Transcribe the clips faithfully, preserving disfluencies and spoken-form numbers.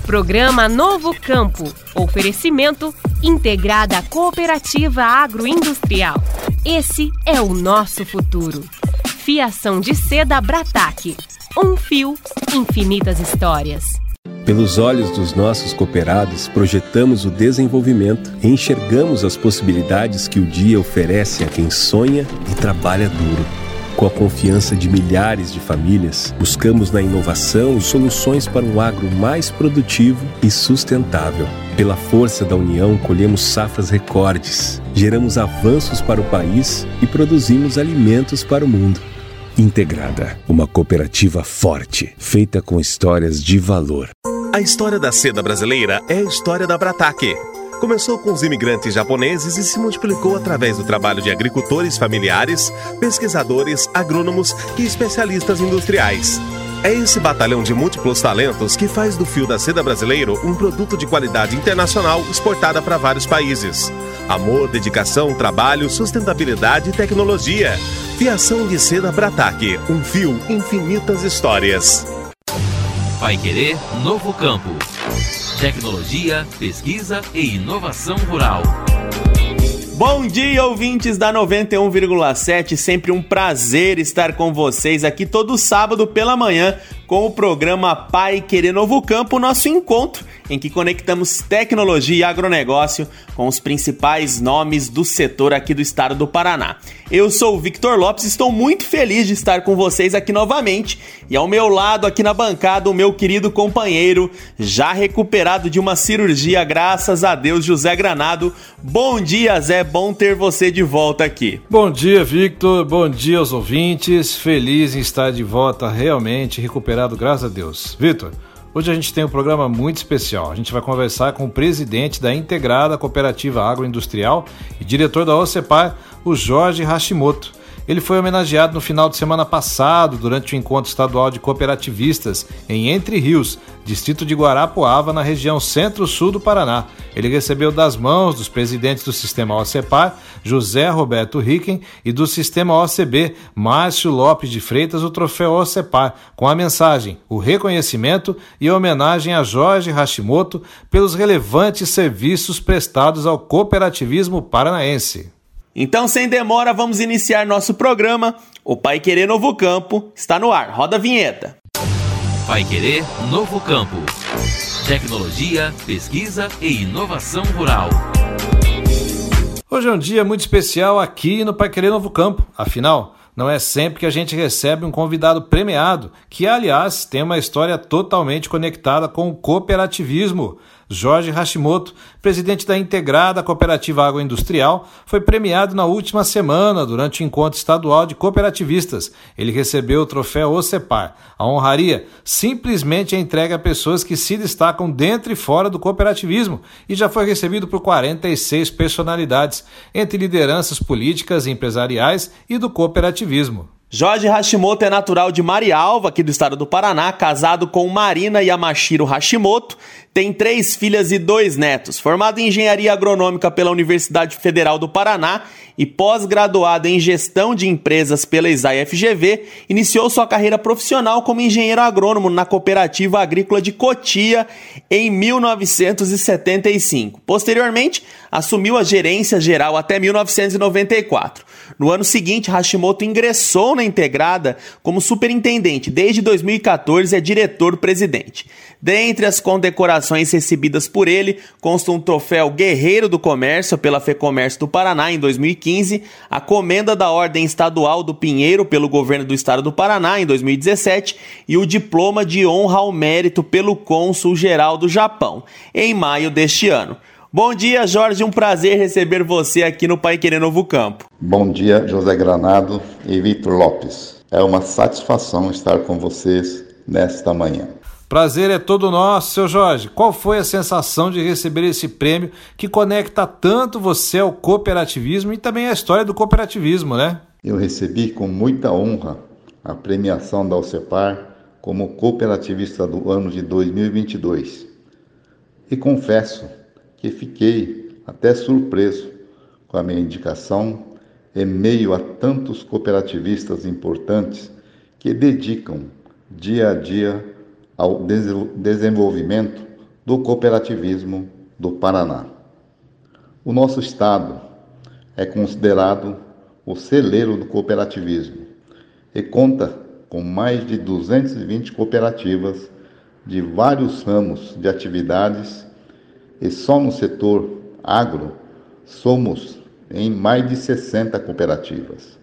Programa Novo Campo. Oferecimento Integrada Cooperativa Agroindustrial. Esse é o nosso futuro. Fiação de seda Brataque. Um fio, infinitas histórias. Pelos olhos dos nossos cooperados, projetamos o desenvolvimento e enxergamos as possibilidades que o dia oferece a quem sonha e trabalha duro. Com a confiança de milhares de famílias, buscamos na inovação soluções para um agro mais produtivo e sustentável. Pela força da união, colhemos safras recordes, geramos avanços para o país e produzimos alimentos para o mundo. Integrada, uma cooperativa forte, feita com histórias de valor. A história da seda brasileira é a história da Brataque. Começou com os imigrantes japoneses e se multiplicou através do trabalho de agricultores familiares, pesquisadores, agrônomos e especialistas industriais. É esse batalhão de múltiplos talentos que faz do fio da seda brasileiro um produto de qualidade internacional exportada para vários países. Amor, dedicação, trabalho, sustentabilidade e tecnologia. Fiação de seda Brataque, um fio, infinitas histórias. Paiquerê Novo Campo. Tecnologia, pesquisa e inovação rural. Bom dia, ouvintes da noventa e um vírgula sete, sempre um prazer estar com vocês aqui todo sábado pela manhã com o programa Paiquerê Novo Campo, nosso encontro em que conectamos tecnologia e agronegócio com os principais nomes do setor aqui do estado do Paraná. Eu sou o Victor Lopes, estou muito feliz de estar com vocês aqui novamente e ao meu lado aqui na bancada o meu querido companheiro, já recuperado de uma cirurgia, graças a Deus, José Granado. Bom dia, Zé, bom ter você de volta aqui. Bom dia, Victor, bom dia aos ouvintes, feliz em estar de volta, realmente recuperado, graças a Deus. Victor, hoje a gente tem um programa muito especial. A gente vai conversar com o presidente da Integrada Cooperativa Agroindustrial e diretor da OCEPAR, o Jorge Hashimoto. Ele foi homenageado no final de semana passado durante o encontro estadual de cooperativistas em Entre Rios, distrito de Guarapuava, na região centro-sul do Paraná. Ele recebeu das mãos dos presidentes do Sistema OCEPAR, José Roberto Ricken, e do Sistema O C B, Márcio Lopes de Freitas, o troféu OCEPAR, com a mensagem, o reconhecimento e homenagem a Jorge Hashimoto pelos relevantes serviços prestados ao cooperativismo paranaense. Então, sem demora, vamos iniciar nosso programa. O Paiquerê Novo Campo está no ar. Roda a vinheta. Paiquerê Novo Campo. Tecnologia, pesquisa e inovação rural. Hoje é um dia muito especial aqui no Paiquerê Novo Campo. Afinal, não é sempre que a gente recebe um convidado premiado, que, aliás, tem uma história totalmente conectada com o cooperativismo. Jorge Hashimoto, presidente da Integrada Cooperativa Agroindustrial, foi premiado na última semana durante o encontro estadual de cooperativistas. Ele recebeu o troféu OCEPAR. A honraria simplesmente é entregue a pessoas que se destacam dentro e fora do cooperativismo e já foi recebido por quarenta e seis personalidades, entre lideranças políticas e empresariais e do cooperativismo. Jorge Hashimoto é natural de Marialva, aqui do estado do Paraná, casado com Marina Yamashiro Hashimoto, tem três filhas e dois netos, formado em Engenharia Agronômica pela Universidade Federal do Paraná e pós-graduado em Gestão de Empresas pela I S A F G V, iniciou sua carreira profissional como engenheiro agrônomo na Cooperativa Agrícola de Cotia em mil novecentos e setenta e cinco. Posteriormente, assumiu a gerência geral até mil novecentos e noventa e quatro. No ano seguinte, Hashimoto ingressou na Integrada como superintendente. Desde dois mil e catorze é diretor-presidente. Dentre as condecorações recebidas por ele, consta um troféu Guerreiro do Comércio pela FEComércio do Paraná em dois mil e quinze, a Comenda da Ordem Estadual do Pinheiro pelo Governo do Estado do Paraná em dois mil e dezessete e o Diploma de Honra ao Mérito pelo Cônsul-Geral do Japão em maio deste ano. Bom dia, Jorge, um prazer receber você aqui no Paiquerê Novo Campo. Bom dia, José Granado e Victor Lopes. É uma satisfação estar com vocês nesta manhã. Prazer é todo nosso, seu Jorge. Qual foi a sensação de receber esse prêmio que conecta tanto você ao cooperativismo e também à história do cooperativismo, né? Eu recebi com muita honra a premiação da OCEPAR como cooperativista do ano de dois mil e vinte e dois. E confesso que fiquei até surpreso com a minha indicação em meio a tantos cooperativistas importantes que dedicam dia a dia ao desenvolvimento do cooperativismo do Paraná. O nosso estado é considerado o celeiro do cooperativismo e conta com mais de duzentas e vinte cooperativas de vários ramos de atividades, e só no setor agro somos em mais de sessenta cooperativas.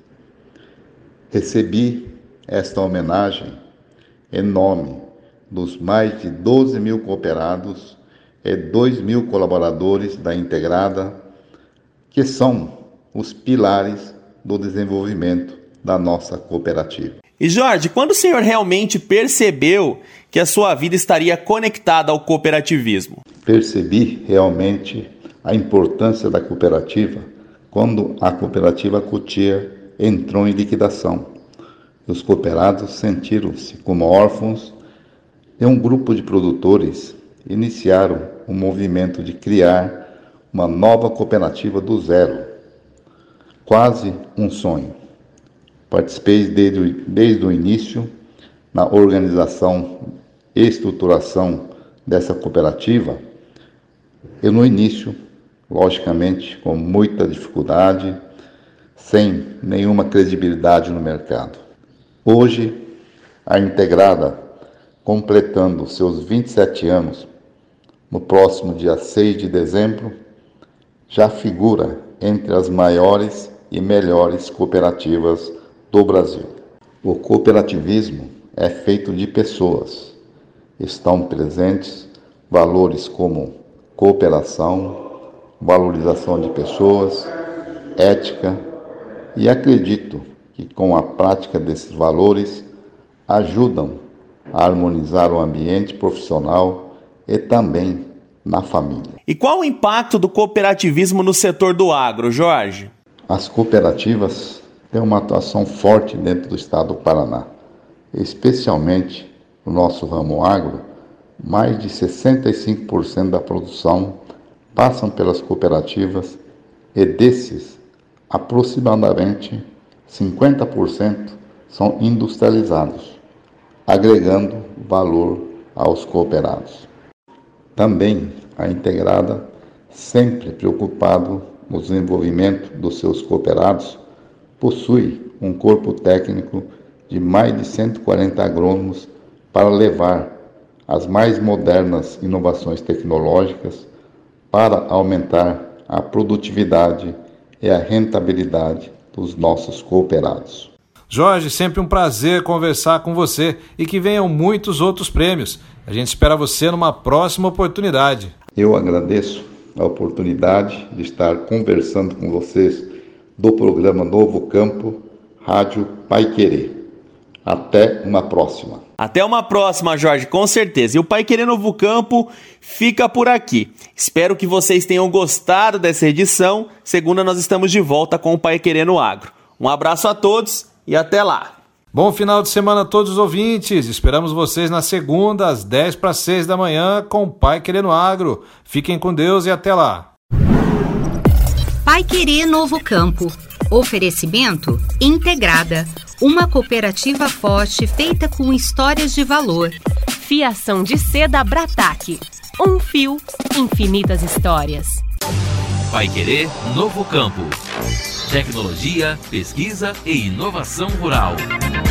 Recebi esta homenagem em nome dos mais de doze mil cooperados e dois mil colaboradores da Integrada, que são os pilares do desenvolvimento da nossa cooperativa. E Jorge, quando o senhor realmente percebeu que a sua vida estaria conectada ao cooperativismo? Percebi realmente a importância da cooperativa quando a cooperativa Cotia entrou em liquidação. Os cooperados sentiram-se como órfãos e um grupo de produtores iniciaram o movimento de criar uma nova cooperativa do zero. Quase um sonho. Participei desde, desde o início na organização e estruturação dessa cooperativa e no início, logicamente, com muita dificuldade, sem nenhuma credibilidade no mercado. Hoje, a Integrada, completando seus vinte e sete anos, no próximo dia seis de dezembro, já figura entre as maiores e melhores cooperativas do Brasil. O cooperativismo é feito de pessoas. Estão presentes valores como cooperação, valorização de pessoas, ética, e acredito que com a prática desses valores ajudam a harmonizar o ambiente profissional e também na família. E qual o impacto do cooperativismo no setor do agro, Jorge? As cooperativas têm uma atuação forte dentro do estado do Paraná, especialmente no nosso ramo agro. Mais de sessenta e cinco por cento da produção passam pelas cooperativas e desses, aproximadamente cinquenta por cento são industrializados, agregando valor aos cooperados. Também a Integrada, sempre preocupado no desenvolvimento dos seus cooperados, possui um corpo técnico de mais de cento e quarenta agrônomos para levar as mais modernas inovações tecnológicas para aumentar a produtividade e a rentabilidade dos nossos cooperados. Jorge, sempre um prazer conversar com você e que venham muitos outros prêmios. A gente espera você numa próxima oportunidade. Eu agradeço a oportunidade de estar conversando com vocês do programa Novo Campo, Rádio Paiquerê. Até uma próxima. Até uma próxima, Jorge, com certeza. E o Paiquerê Novo Campo fica por aqui. Espero que vocês tenham gostado dessa edição. Segunda nós estamos de volta com o Paiquerê no Agro. Um abraço a todos e até lá. Bom final de semana a todos os ouvintes. Esperamos vocês na segunda, às dez para seis da manhã, com o Paiquerê no Agro. Fiquem com Deus e até lá. Paiquerê Novo Campo. Oferecimento Integrada. Uma cooperativa forte feita com histórias de valor. Fiação de seda Brataque. Um fio, infinitas histórias. Paiquerê Novo Campo. Tecnologia, pesquisa e inovação rural.